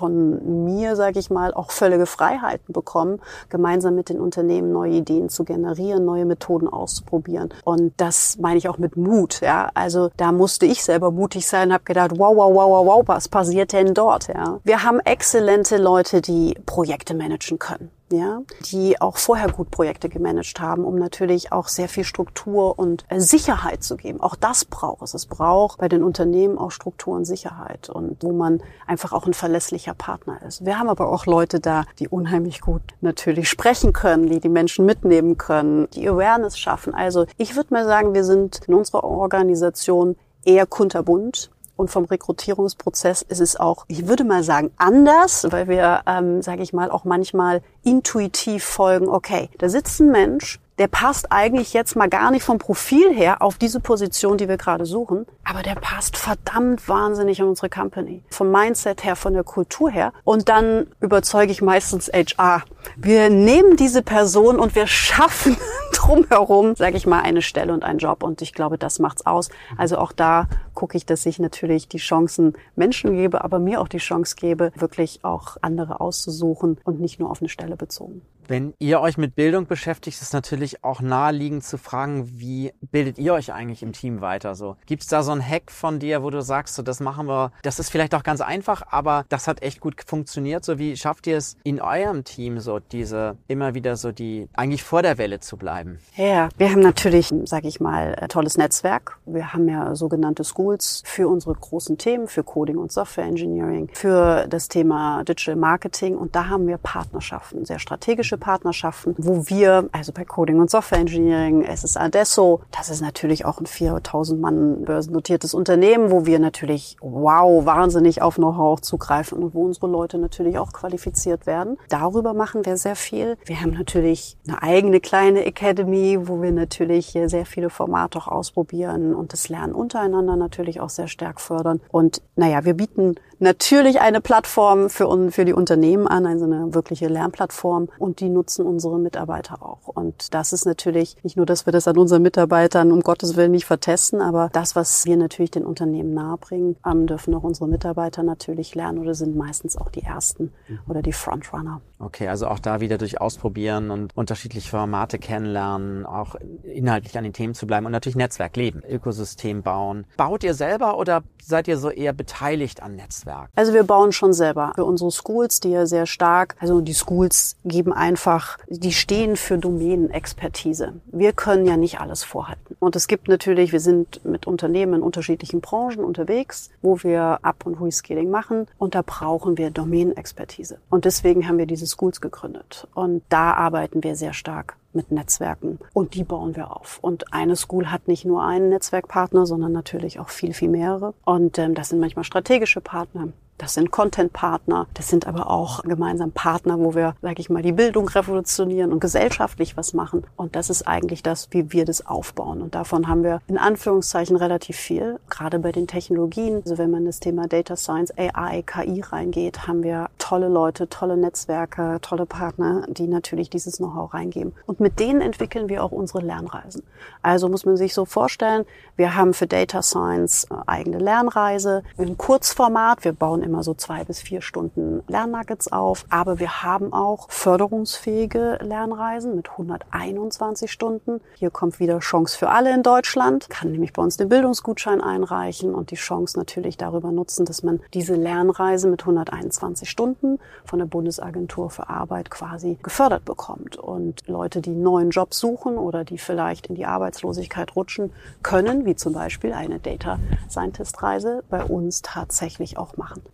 von mir, sage ich mal, auch völlige Freiheiten bekommen, gemeinsam mit den Unternehmen neue Ideen zu generieren, neue Methoden auszuprobieren. Und das meine ich auch mit Mut. Ja, also da musste ich selber mutig sein und habe gedacht, wow, wow, wow, wow, wow, was passiert denn dort? Ja, wir haben exzellente Leute, die Projekte managen können. Ja, die auch vorher gut Projekte gemanagt haben, um natürlich auch sehr viel Struktur und Sicherheit zu geben. Auch das braucht es. Es braucht bei den Unternehmen auch Struktur und Sicherheit und wo man einfach auch ein verlässlicher Partner ist. Wir haben aber auch Leute da, die unheimlich gut natürlich sprechen können, die die Menschen mitnehmen können, die Awareness schaffen. Also ich würde mal sagen, wir sind in unserer Organisation eher kunterbunt. Und vom Rekrutierungsprozess ist es auch, ich würde mal sagen, anders, weil wir, ähm, sage ich mal, auch manchmal intuitiv folgen, okay, da sitzt ein Mensch, der passt eigentlich jetzt mal gar nicht vom Profil her auf diese Position, die wir gerade suchen, aber der passt verdammt wahnsinnig in unsere Company. Vom Mindset her, von der Kultur her. Und dann überzeuge ich meistens H R. Wir nehmen diese Person und wir schaffen drumherum, sage ich mal, eine Stelle und einen Job. Und ich glaube, das macht's aus. Also auch da gucke ich, dass ich natürlich die Chancen Menschen gebe, aber mir auch die Chance gebe, wirklich auch andere auszusuchen und nicht nur auf eine Stelle bezogen. Wenn ihr euch mit Bildung beschäftigt, ist es natürlich auch naheliegend zu fragen, wie bildet ihr euch eigentlich im Team weiter? So, gibt's da so einen Hack von dir, wo du sagst, so das machen wir, das ist vielleicht auch ganz einfach, aber das hat echt gut funktioniert. So, wie schafft ihr es in eurem Team so diese immer wieder so die eigentlich vor der Welle zu bleiben? Ja, wir haben natürlich, sage ich mal, ein tolles Netzwerk. Wir haben ja sogenannte Schools für unsere großen Themen, für Coding und Software Engineering, für das Thema Digital Marketing und da haben wir Partnerschaften, sehr strategische Partnerschaften, wo wir, also bei Coding und Software Engineering, es ist Adesso, das ist natürlich auch ein viertausend Mann börsennotiertes Unternehmen, wo wir natürlich, wow, wahnsinnig auf Know-how zugreifen und wo unsere Leute natürlich auch qualifiziert werden. Darüber machen wir sehr viel. Wir haben natürlich eine eigene kleine Academy, wo wir natürlich sehr viele Formate auch ausprobieren und das Lernen untereinander natürlich auch sehr stark fördern. Und naja, wir bieten natürlich eine Plattform für, für die Unternehmen an, also eine wirkliche Lernplattform und die nutzen unsere Mitarbeiter auch. Und das ist natürlich nicht nur, dass wir das an unseren Mitarbeitern um Gottes Willen nicht vertesten, aber das, was wir natürlich den Unternehmen nahebringen, ähm, dürfen auch unsere Mitarbeiter natürlich lernen oder sind meistens auch die Ersten oder die Frontrunner. Okay, also auch da wieder durch Ausprobieren und unterschiedliche Formate kennenlernen, auch inhaltlich an den Themen zu bleiben und natürlich Netzwerk leben, Ökosystem bauen. Baut ihr selber oder seid ihr so eher beteiligt an Netzwerk? Also wir bauen schon selber für unsere Schools, die ja sehr stark, also die Schools geben einfach, die stehen für Domänenexpertise. Wir können ja nicht alles vorhalten. Und es gibt natürlich, wir sind mit Unternehmen in unterschiedlichen Branchen unterwegs, wo wir Up- und Reskilling machen und da brauchen wir Domänenexpertise. Und deswegen haben wir diese Schools gegründet. Und da arbeiten wir sehr stark mit Netzwerken und die bauen wir auf. Und eine School hat nicht nur einen Netzwerkpartner, sondern natürlich auch viel, viel mehrere. Und ähm, das sind manchmal strategische Partner. Das sind Content-Partner, das sind aber auch gemeinsam Partner, wo wir, sage ich mal, die Bildung revolutionieren und gesellschaftlich was machen. Und das ist eigentlich das, wie wir das aufbauen. Und davon haben wir in Anführungszeichen relativ viel, gerade bei den Technologien. Also wenn man das Thema Data Science, A I, K I reingeht, haben wir tolle Leute, tolle Netzwerke, tolle Partner, die natürlich dieses Know-how reingeben. Und mit denen entwickeln wir auch unsere Lernreisen. Also muss man sich so vorstellen, wir haben für Data Science eigene Lernreise im Kurzformat. Wir bauen immer so zwei bis vier Stunden Lernnuggets auf. Aber wir haben auch förderungsfähige Lernreisen mit hunderteinundzwanzig Stunden. Hier kommt wieder Chance für alle in Deutschland. Kann nämlich bei uns den Bildungsgutschein einreichen und die Chance natürlich darüber nutzen, dass man diese Lernreise mit hunderteinundzwanzig Stunden von der Bundesagentur für Arbeit quasi gefördert bekommt. Und Leute, die einen neuen Job suchen oder die vielleicht in die Arbeitslosigkeit rutschen, können, wie zum Beispiel eine Data Scientist Reise, bei uns tatsächlich auch machen.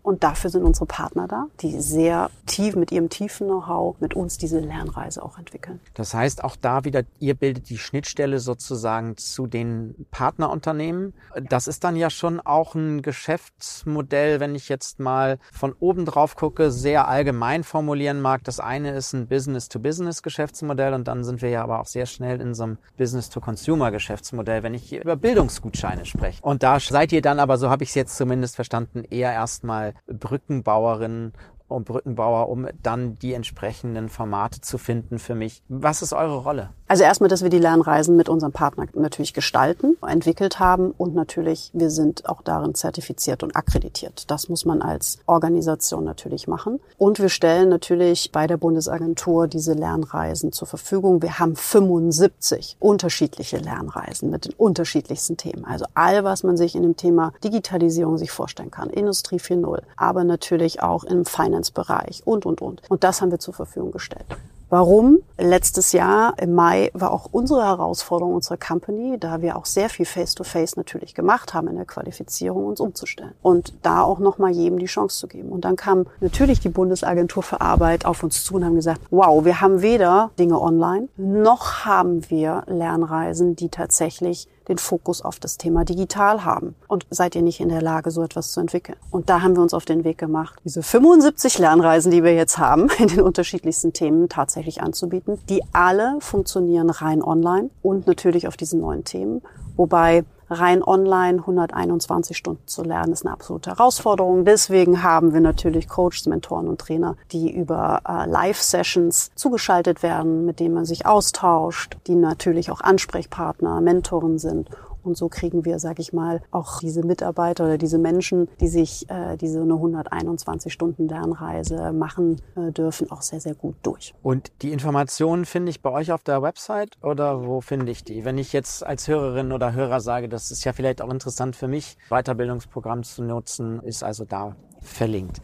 Und dafür sind unsere Partner da, die sehr tief mit ihrem tiefen Know-how mit uns diese Lernreise auch entwickeln. Das heißt, auch da wieder, ihr bildet die Schnittstelle sozusagen zu den Partnerunternehmen. Das ist dann ja schon auch ein Geschäftsmodell, wenn ich jetzt mal von oben drauf gucke, sehr allgemein formulieren mag. Das eine ist ein Business-to-Business-Geschäftsmodell und dann sind wir ja aber auch sehr schnell in so einem Business-to-Consumer-Geschäftsmodell, wenn ich über Bildungsgutscheine spreche. Und da seid ihr dann aber, so habe ich es jetzt zumindest verstanden, eher erstmal Brückenbauerinnen und Brückenbauer, um dann die entsprechenden Formate zu finden für mich. Was ist eure Rolle? Also erstmal, dass wir die Lernreisen mit unserem Partner natürlich gestalten, entwickelt haben und natürlich, wir sind auch darin zertifiziert und akkreditiert. Das muss man als Organisation natürlich machen. Und wir stellen natürlich bei der Bundesagentur diese Lernreisen zur Verfügung. Wir haben fünfundsiebzig unterschiedliche Lernreisen mit den unterschiedlichsten Themen. Also all, was man sich in dem Thema Digitalisierung sich vorstellen kann. Industrie vier Punkt null, aber natürlich auch im Finance-Bereich und, und, und. Und das haben wir zur Verfügung gestellt. Warum? Letztes Jahr im Mai war auch unsere Herausforderung unserer Company, da wir auch sehr viel Face-to-Face natürlich gemacht haben in der Qualifizierung, uns umzustellen. Und da auch nochmal jedem die Chance zu geben. Und dann kam natürlich die Bundesagentur für Arbeit auf uns zu und haben gesagt, wow, wir haben weder Dinge online, noch haben wir Lernreisen, die tatsächlich den Fokus auf das Thema digital haben. Und seid ihr nicht in der Lage, so etwas zu entwickeln? Und da haben wir uns auf den Weg gemacht, diese fünfundsiebzig Lernreisen, die wir jetzt haben, in den unterschiedlichsten Themen tatsächlich anzubieten. Die alle funktionieren rein online und natürlich auf diesen neuen Themen. Wobei rein online hunderteinundzwanzig Stunden zu lernen, ist eine absolute Herausforderung. Deswegen haben wir natürlich Coaches, Mentoren und Trainer, die über äh, Live-Sessions zugeschaltet werden, mit denen man sich austauscht, die natürlich auch Ansprechpartner, Mentoren sind. Und so kriegen wir, sag ich mal, auch diese Mitarbeiter oder diese Menschen, die sich äh, diese eine hunderteinundzwanzig Stunden Lernreise machen äh, dürfen, auch sehr, sehr gut durch. Und die Informationen finde ich bei euch auf der Website oder wo finde ich die? Wenn ich jetzt als Hörerin oder Hörer sage, das ist ja vielleicht auch interessant für mich, Weiterbildungsprogramm zu nutzen, ist also da verlinkt.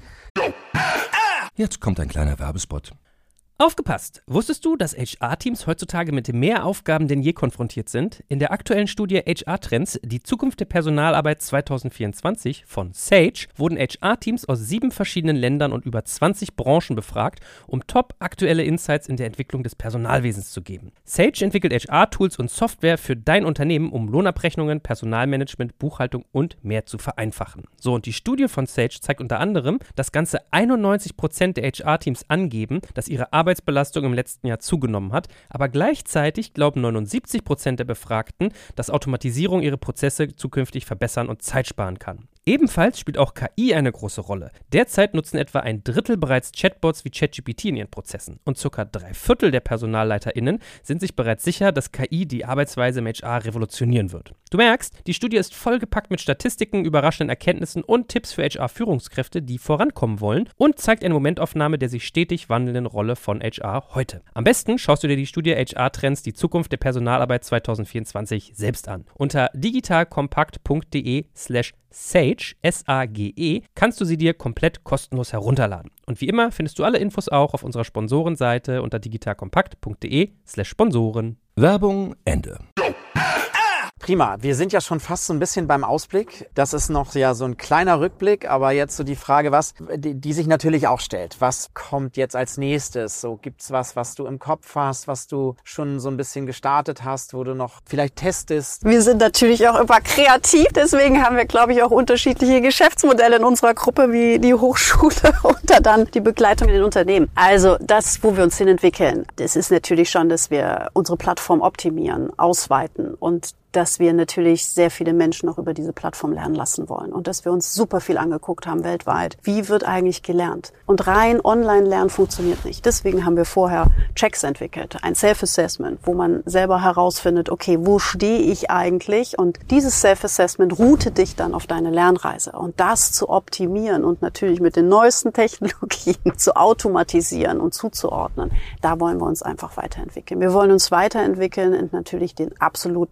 Jetzt kommt ein kleiner Werbespot. Aufgepasst! Wusstest du, dass H R-Teams heutzutage mit mehr Aufgaben denn je konfrontiert sind? In der aktuellen Studie H R-Trends, die Zukunft der Personalarbeit zwanzig vierundzwanzig von Sage, wurden H R-Teams aus sieben verschiedenen Ländern und über zwanzig Branchen befragt, um top aktuelle Insights in der Entwicklung des Personalwesens zu geben. Sage entwickelt H R-Tools und Software für dein Unternehmen, um Lohnabrechnungen, Personalmanagement, Buchhaltung und mehr zu vereinfachen. So, und die Studie von Sage zeigt unter anderem, dass ganze einundneunzig Prozent der H R-Teams angeben, dass ihre Arbeit Arbeitsbelastung im letzten Jahr zugenommen hat, aber gleichzeitig glauben neunundsiebzig Prozent der Befragten, dass Automatisierung ihre Prozesse zukünftig verbessern und Zeit sparen kann. Ebenfalls spielt auch K I eine große Rolle. Derzeit nutzen etwa ein Drittel bereits Chatbots wie ChatGPT in ihren Prozessen und circa drei Viertel der PersonalleiterInnen sind sich bereits sicher, dass K I die Arbeitsweise im H R revolutionieren wird. Du merkst, die Studie ist vollgepackt mit Statistiken, überraschenden Erkenntnissen und Tipps für H R-Führungskräfte, die vorankommen wollen und zeigt eine Momentaufnahme der sich stetig wandelnden Rolle von H R heute. Am besten schaust du dir die Studie H R-Trends, die Zukunft der Personalarbeit zwanzig vierundzwanzig selbst an. Unter digitalkompakt.de slash Sage, S A G E, kannst du sie dir komplett kostenlos herunterladen. Und wie immer findest du alle Infos auch auf unserer Sponsorenseite unter digitalkompakt.de slash Sponsoren. Werbung Ende. Prima, wir sind ja schon fast so ein bisschen beim Ausblick. Das ist noch ja so ein kleiner Rückblick, aber jetzt so die Frage, was die, die sich natürlich auch stellt. Was kommt jetzt als nächstes? So, gibt's was, was du im Kopf hast, was du schon so ein bisschen gestartet hast, wo du noch vielleicht testest? Wir sind natürlich auch immer kreativ, deswegen haben wir, glaube ich, auch unterschiedliche Geschäftsmodelle in unserer Gruppe, wie die Hochschule oder dann die Begleitung in den Unternehmen. Also das, wo wir uns hin entwickeln, das ist natürlich schon, dass wir unsere Plattform optimieren, ausweiten und dass wir natürlich sehr viele Menschen auch über diese Plattform lernen lassen wollen und dass wir uns super viel angeguckt haben weltweit. Wie wird eigentlich gelernt? Und rein Online-Lernen funktioniert nicht. Deswegen haben wir vorher Checks entwickelt, ein Self-Assessment, wo man selber herausfindet, okay, wo stehe ich eigentlich? Und dieses Self-Assessment routet dich dann auf deine Lernreise. Und das zu optimieren und natürlich mit den neuesten Technologien zu automatisieren und zuzuordnen, da wollen wir uns einfach weiterentwickeln. Wir wollen uns weiterentwickeln in natürlich den absoluten Themen,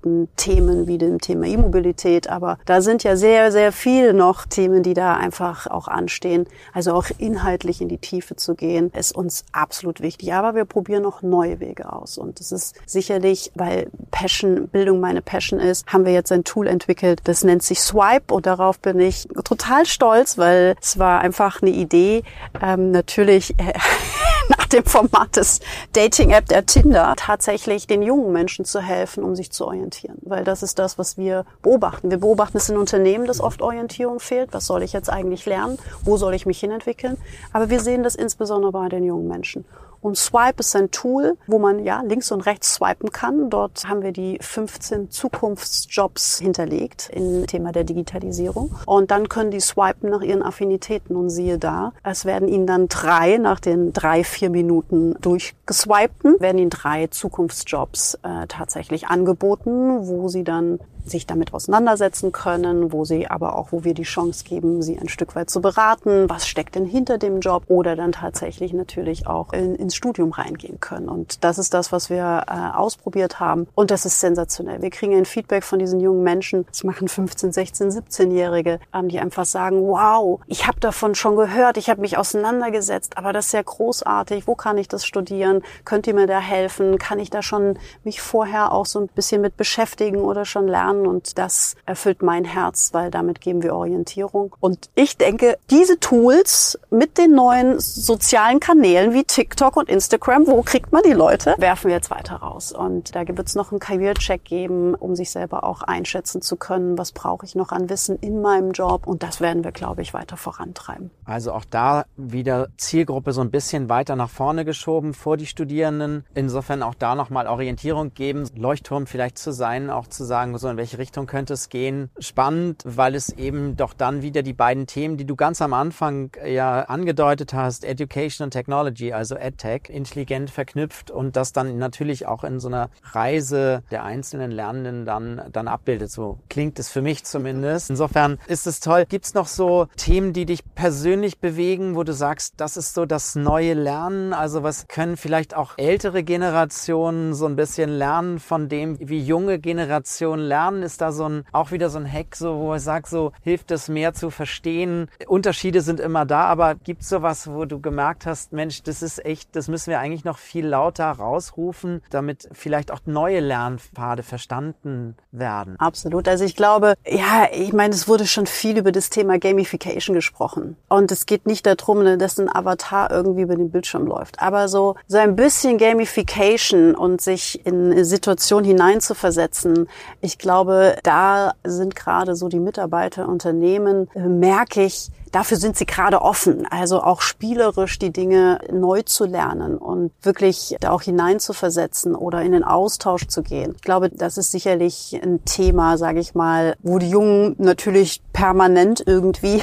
Themen wie dem Thema E-Mobilität. Aber da sind ja sehr, sehr viele noch Themen, die da einfach auch anstehen. Also auch inhaltlich in die Tiefe zu gehen, ist uns absolut wichtig. Aber wir probieren noch neue Wege aus. Und das ist sicherlich, weil Passion, Bildung meine Passion ist, haben wir jetzt ein Tool entwickelt, das nennt sich Swipe. Und darauf bin ich total stolz, weil es war einfach eine Idee, ähm, natürlich äh, nach dem Format des Dating-App der Tinder, tatsächlich den jungen Menschen zu helfen, um sich zu orientieren. Weil das ist das, was wir beobachten. Wir beobachten es in Unternehmen, dass oft Orientierung fehlt. Was soll ich jetzt eigentlich lernen? Wo soll ich mich hinentwickeln? Aber wir sehen das insbesondere bei den jungen Menschen. Und Swipe ist ein Tool, wo man ja links und rechts swipen kann. Dort haben wir die fünfzehn Zukunftsjobs hinterlegt im Thema der Digitalisierung. Und dann können die swipen nach ihren Affinitäten und siehe da, es werden ihnen dann drei, nach den drei, vier Minuten durchgeswipten, werden ihnen drei Zukunftsjobs äh, tatsächlich angeboten, wo sie dann sich damit auseinandersetzen können, wo sie aber auch, wo wir die Chance geben, sie ein Stück weit zu beraten, was steckt denn hinter dem Job oder dann tatsächlich natürlich auch in, ins Studium reingehen können. Und das ist das, was wir äh, ausprobiert haben und das ist sensationell. Wir kriegen ein Feedback von diesen jungen Menschen, das machen fünfzehn, sechzehn, siebzehn-Jährige, ähm, die einfach sagen, wow, ich habe davon schon gehört, ich habe mich auseinandergesetzt, aber das ist ja großartig, wo kann ich das studieren, könnt ihr mir da helfen, kann ich da schon mich vorher auch so ein bisschen mit beschäftigen oder schon lernen? Und das erfüllt mein Herz, weil damit geben wir Orientierung. Und ich denke, diese Tools mit den neuen sozialen Kanälen wie TikTok und Instagram, wo kriegt man die Leute, werfen wir jetzt weiter raus. Und da wird es noch einen Career-Check geben, um sich selber auch einschätzen zu können, was brauche ich noch an Wissen in meinem Job. Und das werden wir, glaube ich, weiter vorantreiben. Also auch da wieder Zielgruppe so ein bisschen weiter nach vorne geschoben vor die Studierenden. Insofern auch da nochmal Orientierung geben, Leuchtturm vielleicht zu sein, auch zu sagen, so in welche Richtung könnte es gehen. Spannend, weil es eben doch dann wieder die beiden Themen, die du ganz am Anfang ja angedeutet hast, Education und Technology, also EdTech, intelligent verknüpft und das dann natürlich auch in so einer Reise der einzelnen Lernenden dann, dann abbildet. So klingt es für mich zumindest. Insofern ist es toll. Gibt es noch so Themen, die dich persönlich bewegen, wo du sagst, das ist so das neue Lernen? Also was können vielleicht auch ältere Generationen so ein bisschen lernen von dem, wie junge Generationen lernen? Ist da so ein, auch wieder so ein Hack, so, wo ich sage, so hilft es mehr zu verstehen. Unterschiede sind immer da, aber gibt es sowas, wo du gemerkt hast, Mensch, das ist echt, das müssen wir eigentlich noch viel lauter rausrufen, damit vielleicht auch neue Lernpfade verstanden werden? Absolut. Also ich glaube, ja, ich meine, es wurde schon viel über das Thema Gamification gesprochen. Und es geht nicht darum, dass ein Avatar irgendwie über den Bildschirm läuft. Aber so, so ein bisschen Gamification und sich in eine Situation hineinzuversetzen, ich glaube, da sind gerade so die Mitarbeiter, Unternehmen, äh, merke ich, dafür sind sie gerade offen, also auch spielerisch die Dinge neu zu lernen und wirklich da auch hineinzuversetzen oder in den Austausch zu gehen. Ich glaube, das ist sicherlich ein Thema, sage ich mal, wo die Jungen natürlich permanent irgendwie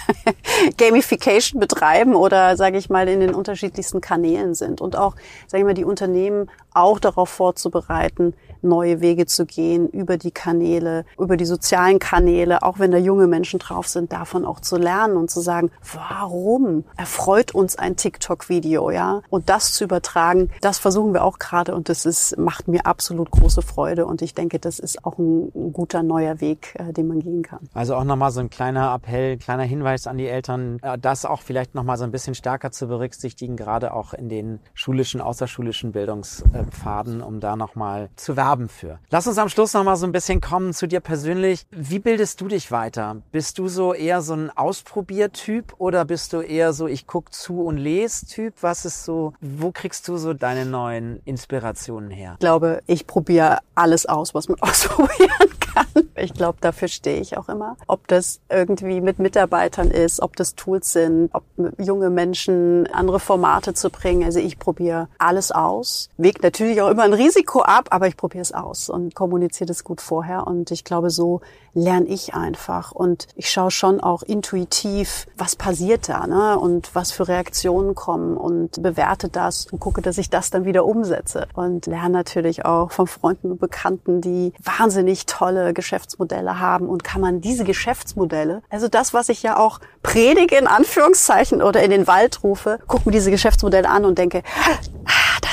Gamification betreiben oder, sage ich mal, in den unterschiedlichsten Kanälen sind und auch, sage ich mal, die Unternehmen auch darauf vorzubereiten, neue Wege zu gehen über die Kanäle, über die sozialen Kanäle, auch wenn da junge Menschen drauf sind, davon auch zu lernen und zu sagen, warum erfreut uns ein TikTok-Video, ja? Und das zu übertragen, das versuchen wir auch gerade und das ist, macht mir absolut große Freude und ich denke, das ist auch ein, ein guter neuer Weg, äh, den man gehen kann. Also auch nochmal so ein kleiner Appell, kleiner Hinweis an die Eltern, äh, das auch vielleicht nochmal so ein bisschen stärker zu berücksichtigen, gerade auch in den schulischen, außerschulischen Bildungspfaden, um da nochmal zu werben für. Lass uns am Schluss noch mal so ein bisschen kommen zu dir persönlich. Wie bildest du dich weiter? Bist du so eher so ein Ausprobiertyp oder bist du eher so ich guck zu und lese Typ? Was ist so, wo kriegst du so deine neuen Inspirationen her? Ich glaube, ich probiere alles aus, was man ausprobieren kann. Ich glaube, dafür stehe ich auch immer. Ob das irgendwie mit Mitarbeitern ist, ob das Tools sind, ob junge Menschen andere Formate zu bringen. Also ich probiere alles aus. Wegt natürlich auch immer ein Risiko ab, aber ich probiere es aus und kommuniziere das gut vorher. Und ich glaube, so lerne ich einfach. Und ich schaue schon auch intuitiv, was passiert da, ne? Und was für Reaktionen kommen und bewerte das und gucke, dass ich das dann wieder umsetze. Und lerne natürlich auch von Freunden und Bekannten, die wahnsinnig tolle Geschäftsmodelle haben. Und kann man diese Geschäftsmodelle, also das, was ich ja auch predige in Anführungszeichen oder in den Wald rufe, gucke mir diese Geschäftsmodelle an und denke, ah, das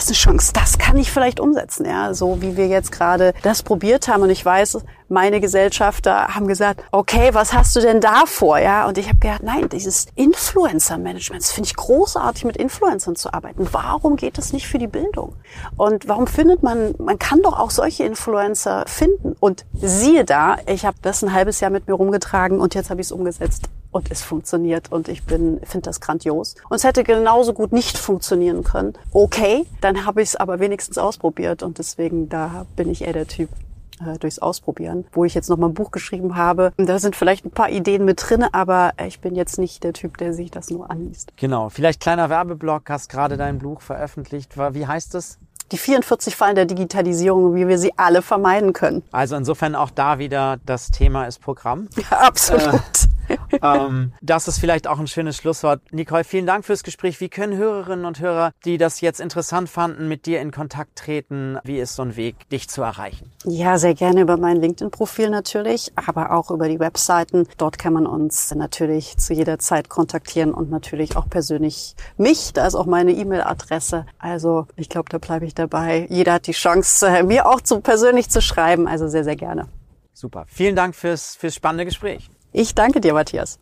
ist eine Chance, das kann ich vielleicht umsetzen, ja, so wie wir jetzt gerade das probiert haben. Und ich weiß, meine Gesellschafter haben gesagt, okay, was hast du denn da vor, ja? Und ich habe gedacht, nein, dieses Influencer-Management, das finde ich großartig, mit Influencern zu arbeiten. Warum geht das nicht für die Bildung? Und warum findet man, man kann doch auch solche Influencer finden. Und siehe da, ich habe das ein halbes Jahr mit mir rumgetragen und jetzt habe ich es umgesetzt. Und es funktioniert und ich bin finde das grandios. Und es hätte genauso gut nicht funktionieren können. Okay, dann habe ich es aber wenigstens ausprobiert und deswegen, da bin ich eher der Typ äh, durchs Ausprobieren. Wo ich jetzt noch mal ein Buch geschrieben habe, da sind vielleicht ein paar Ideen mit drin, aber ich bin jetzt nicht der Typ, der sich das nur anliest. Genau, vielleicht kleiner Werbeblock, hast gerade dein Buch veröffentlicht. Wie heißt es? Die vierundvierzig Fallen der Digitalisierung, wie wir sie alle vermeiden können. Also insofern auch da wieder, das Thema ist Programm. Ja, absolut. Äh, ähm, das ist vielleicht auch ein schönes Schlusswort. Nicole, vielen Dank fürs Gespräch. Wie können Hörerinnen und Hörer, die das jetzt interessant fanden, mit dir in Kontakt treten? Wie ist so ein Weg, dich zu erreichen? Ja, sehr gerne über mein LinkedIn-Profil natürlich, aber auch über die Webseiten. Dort kann man uns natürlich zu jeder Zeit kontaktieren und natürlich auch persönlich mich. Da ist auch meine E-Mail-Adresse. Also ich glaube, da bleibe ich dabei. Jeder hat die Chance, mir auch zu, persönlich zu schreiben. Also sehr, sehr gerne. Super. Vielen Dank fürs, fürs spannende Gespräch. Ich danke dir, Matthias.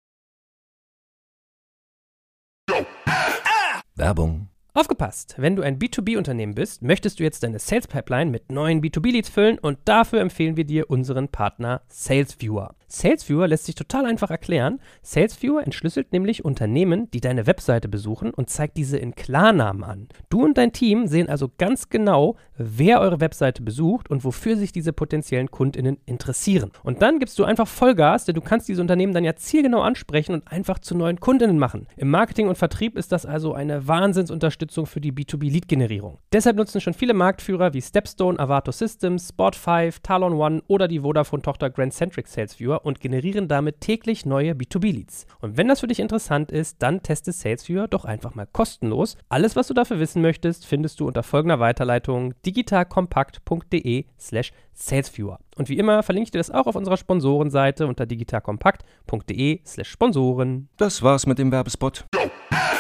Werbung. Aufgepasst! Wenn du ein B zwei B-Unternehmen bist, möchtest du jetzt deine Sales-Pipeline mit neuen B zwei B-Leads füllen und dafür empfehlen wir dir unseren Partner SalesViewer. SalesViewer lässt sich total einfach erklären. SalesViewer entschlüsselt nämlich Unternehmen, die deine Webseite besuchen und zeigt diese in Klarnamen an. Du und dein Team sehen also ganz genau, wer eure Webseite besucht und wofür sich diese potenziellen KundInnen interessieren. Und dann gibst du einfach Vollgas, denn du kannst diese Unternehmen dann ja zielgenau ansprechen und einfach zu neuen KundInnen machen. Im Marketing und Vertrieb ist das also eine Wahnsinnsunterstützung für die B zwei B-Lead-Generierung. Deshalb nutzen schon viele Marktführer wie Stepstone, Avato Systems, Spot fünf, Talon One oder die Vodafone-Tochter Grand Centric SalesViewer und generieren damit täglich neue B zwei B-Leads. Und wenn das für dich interessant ist, dann teste SalesViewer doch einfach mal kostenlos. Alles, was du dafür wissen möchtest, findest du unter folgender Weiterleitung digitalkompakt.de slash salesviewer. Und wie immer verlinke ich dir das auch auf unserer Sponsorenseite unter digitalkompakt.de slash Sponsoren. Das war's mit dem Werbespot.